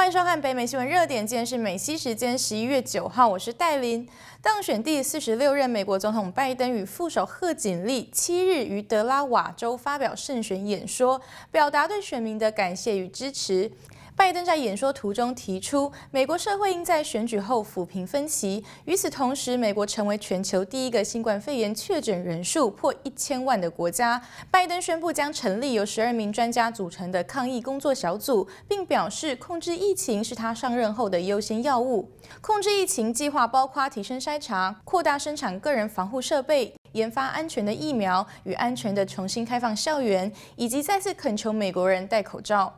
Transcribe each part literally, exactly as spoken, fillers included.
欢迎收看北美新闻热点，今天是美西时间十一月九号，我是戴琳。当选第四十六任美国总统拜登与副手贺锦丽七日于德拉瓦州发表胜选演说，表达对选民的感谢与支持。 拜登在演说途中提出，美国社会应在选举后抚平分歧。与此同时，美国成为全球第一个新冠肺炎确诊人数破一千万的国家。拜登宣布将成立由十二名专家组成的抗疫工作小组，并表示控制疫情是他上任后的优先要务。控制疫情计划包括提升筛查、扩大生产个人防护设备。 研发安全的疫苗与安全的重新开放校园，以及再次恳求美国人戴口罩。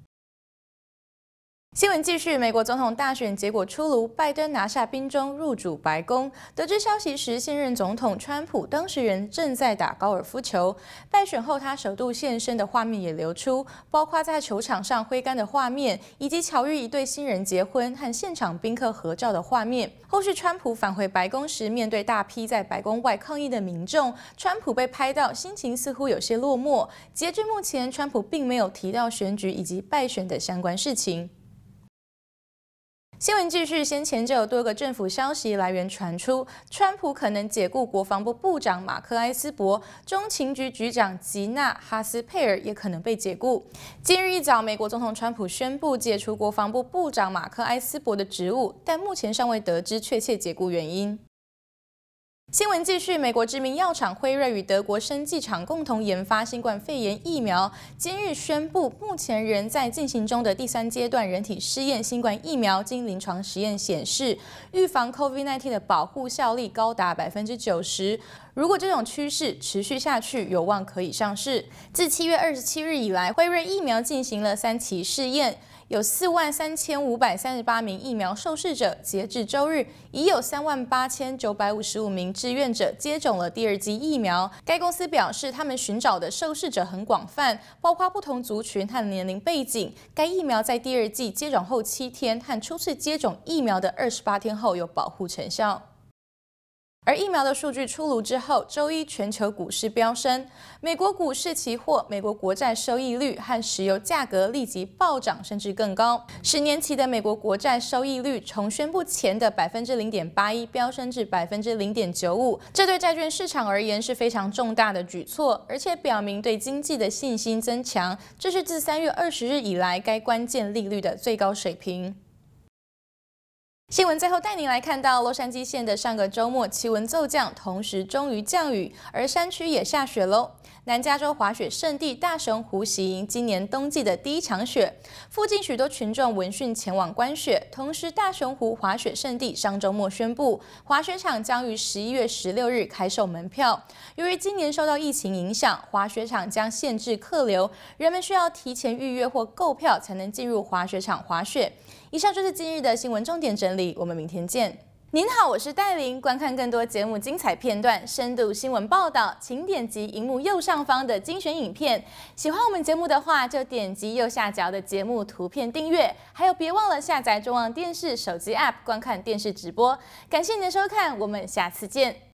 新闻继续，美国总统大选结果出炉，拜登拿下宾州，入主白宫。得知消息时，现任总统川普当事人正在打高尔夫球。败选后，他首度现身的画面也流出，包括在球场上挥杆的画面，以及巧遇一对新人结婚和现场宾客合照的画面。后续川普返回白宫时，面对大批在白宫外抗议的民众，川普被拍到心情似乎有些落寞。截至目前，川普并没有提到选举以及败选的相关事情。 新闻继续，先前就有多个政府消息来源传出，川普可能解雇国防部部长马克·埃斯珀，中情局局长吉娜·哈斯佩尔也可能被解雇。今日一早，美国总统川普宣布解除国防部部长马克·埃斯珀的职务，但目前尚未得知确切解雇原因。 新闻继续，美国知名药厂辉瑞与德国生技厂共同研发新冠肺炎疫苗，今日宣布，目前仍在进行中的第三阶段人体试验新冠疫苗，经临床实验显示，预防 COVID 十九 的保护效力高达百分之九十。如果这种趋势持续下去，有望可以上市。自七月二十七日以来，辉瑞疫苗进行了三期试验。 有四万三千五百三十八名疫苗受试者，截至周日，已有三万八千九百五十五名志愿者接种了第二剂疫苗。该公司表示，他们寻找的受试者很广泛，包括不同族群和年龄背景。该疫苗在第二剂接种后七天和初次接种疫苗的二十八天后有保护成效。 而疫苗的数据出炉之后，周一全球股市飙升，美国股市期货、美国国债收益率和石油价格立即暴涨，甚至更高。十年期的美国国债收益率从宣布前的百分之零点八一飙升至百分之零点九五，这对债券市场而言是非常重大的举措，而且表明对经济的信心增强。这是自三月二十日以来该关键利率的最高水平。 新闻最后带您来看到洛杉矶县的上个周末气温骤降，同时终于降雨，而山区也下雪喽。南加州滑雪圣地大熊湖喜迎今年冬季的第一场雪，附近许多群众闻讯前往观雪。同时，大熊湖滑雪圣地上周末宣布，滑雪场将于十一月十六日开售门票。由于今年受到疫情影响，滑雪场将限制客流，人们需要提前预约或购票才能进入滑雪场滑雪。 以上就是今日的新闻重点整理，我们明天见。您好，我是戴琳。观看更多节目精彩片段、深度新闻报道，请点击荧幕右上方的精选影片。喜欢我们节目的话，就点击右下角的节目图片订阅，还有别忘了下载中望电视手机 App 观看电视直播。感谢您的收看，我们下次见。